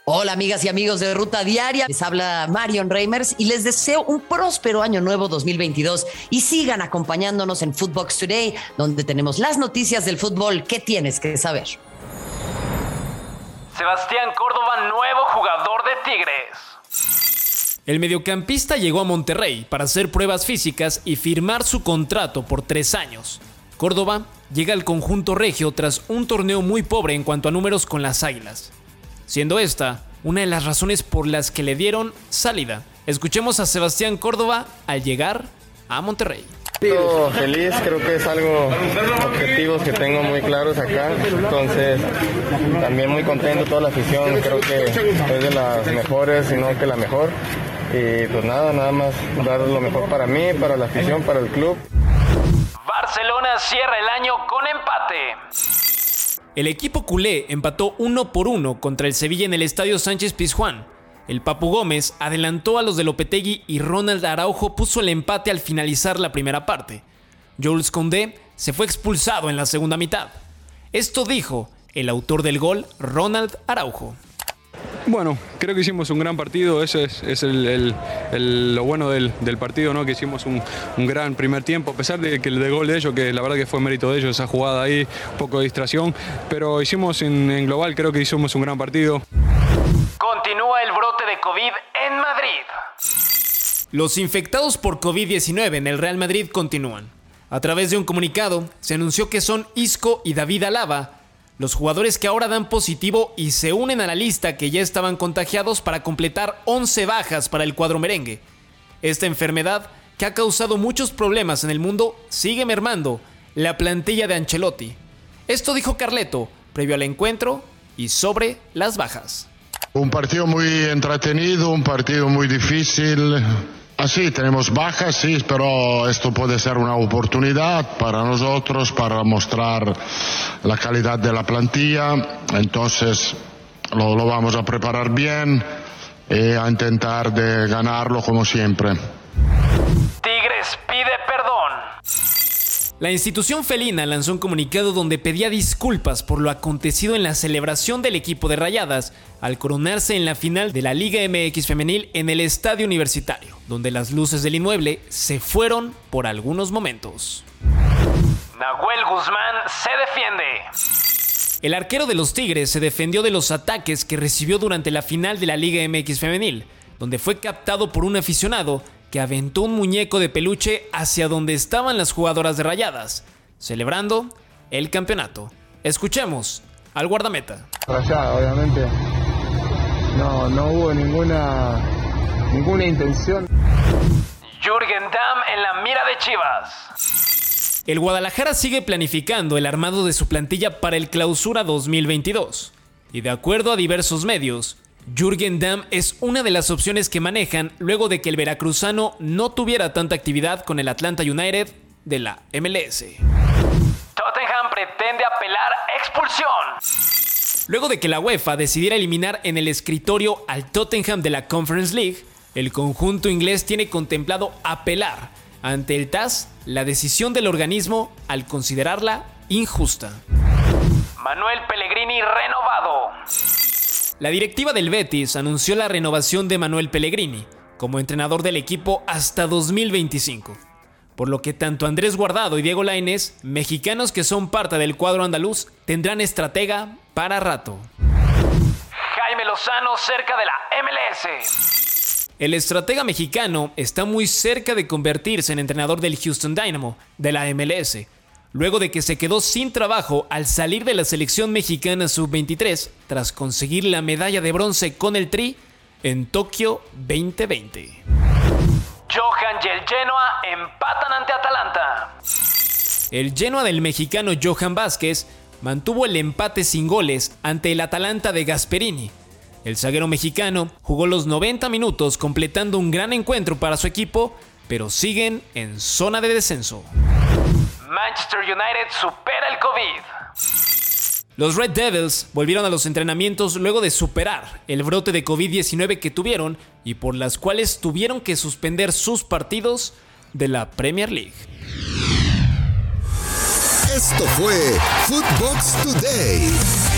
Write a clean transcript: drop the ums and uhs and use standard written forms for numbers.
Hola amigas y amigos de Ruta Diaria, les habla Marion Reimers y les deseo un próspero año nuevo 2022 y sigan acompañándonos en Footbox Today, donde tenemos las noticias del fútbol que tienes que saber. Sebastián Córdoba, nuevo jugador de Tigres. El mediocampista llegó a Monterrey para hacer pruebas físicas y firmar su contrato por 3 años. Córdoba llega al conjunto regio tras un torneo muy pobre en cuanto a números con las Águilas, siendo esta una de las razones por las que le dieron salida. Escuchemos a Sebastián Córdoba al llegar a Monterrey. Feliz, creo que es algo, objetivos que tengo muy claros acá, entonces también muy contento, toda la afición, creo que es de las mejores, si no que la mejor, y pues nada más dar lo mejor para mí, para la afición, para el club. Barcelona cierra el año con empate. El equipo culé empató 1-1 contra el Sevilla en el Estadio Sánchez Pizjuán. El Papu Gómez adelantó a los de Lopetegui y Ronald Araujo puso el empate al finalizar la primera parte. Jules Koundé se fue expulsado en la segunda mitad. Esto dijo el autor del gol, Ronald Araujo. Bueno, creo que hicimos un gran partido, eso es lo bueno del partido, ¿no? Que hicimos un gran primer tiempo, a pesar de que el gol de ellos, que la verdad que fue mérito de ellos, esa jugada ahí, un poco de distracción, pero hicimos en global, creo que hicimos un gran partido. Continúa el brote de COVID en Madrid. Los infectados por COVID-19 en el Real Madrid continúan. A través de un comunicado, se anunció que son Isco y David Alaba los jugadores que ahora dan positivo y se unen a la lista que ya estaban contagiados para completar 11 bajas para el cuadro merengue. Esta enfermedad, que ha causado muchos problemas en el mundo, sigue mermando la plantilla de Ancelotti. Esto dijo Carleto previo al encuentro y sobre las bajas. Un partido muy entretenido, un partido muy difícil. Así tenemos bajas, sí, pero esto puede ser una oportunidad para nosotros para mostrar la calidad de la plantilla. Entonces lo vamos a preparar bien y a intentar de ganarlo como siempre. Tigres pide perdón. La institución felina lanzó un comunicado donde pedía disculpas por lo acontecido en la celebración del equipo de Rayadas al coronarse en la final de la Liga MX Femenil en el Estadio Universitario, donde las luces del inmueble se fueron por algunos momentos. Nahuel Guzmán se defiende. El arquero de los Tigres se defendió de los ataques que recibió durante la final de la Liga MX Femenil, donde fue captado por un aficionado que aventó un muñeco de peluche hacia donde estaban las jugadoras de Rayadas, celebrando el campeonato. Escuchemos al guardameta. Rayada, obviamente, no hubo ninguna intención. Jürgen Damm en la mira de Chivas. El Guadalajara sigue planificando el armado de su plantilla para el Clausura 2022. Y de acuerdo a diversos medios, Jürgen Damm es una de las opciones que manejan luego de que el veracruzano no tuviera tanta actividad con el Atlanta United de la MLS. Tottenham pretende apelar expulsión. Luego de que la UEFA decidiera eliminar en el escritorio al Tottenham de la Conference League, el conjunto inglés tiene contemplado apelar ante el TAS la decisión del organismo al considerarla injusta. Manuel Pellegrini renovado. La directiva del Betis anunció la renovación de Manuel Pellegrini como entrenador del equipo hasta 2025, por lo que tanto Andrés Guardado y Diego Lainez, mexicanos que son parte del cuadro andaluz, tendrán estratega para rato. Jaime Lozano cerca de la MLS. El estratega mexicano está muy cerca de convertirse en entrenador del Houston Dynamo de la MLS, luego de que se quedó sin trabajo al salir de la selección mexicana sub-23 tras conseguir la medalla de bronce con el Tri en Tokio 2020. Johan y el Genoa empatan ante Atalanta. El Genoa del mexicano Johan Vázquez mantuvo el empate sin goles ante el Atalanta de Gasperini. El zaguero mexicano jugó los 90 minutos completando un gran encuentro para su equipo, pero siguen en zona de descenso. Manchester United supera el COVID. Los Red Devils volvieron a los entrenamientos luego de superar el brote de COVID-19 que tuvieron y por las cuales tuvieron que suspender sus partidos de la Premier League. Esto fue Footbox Today.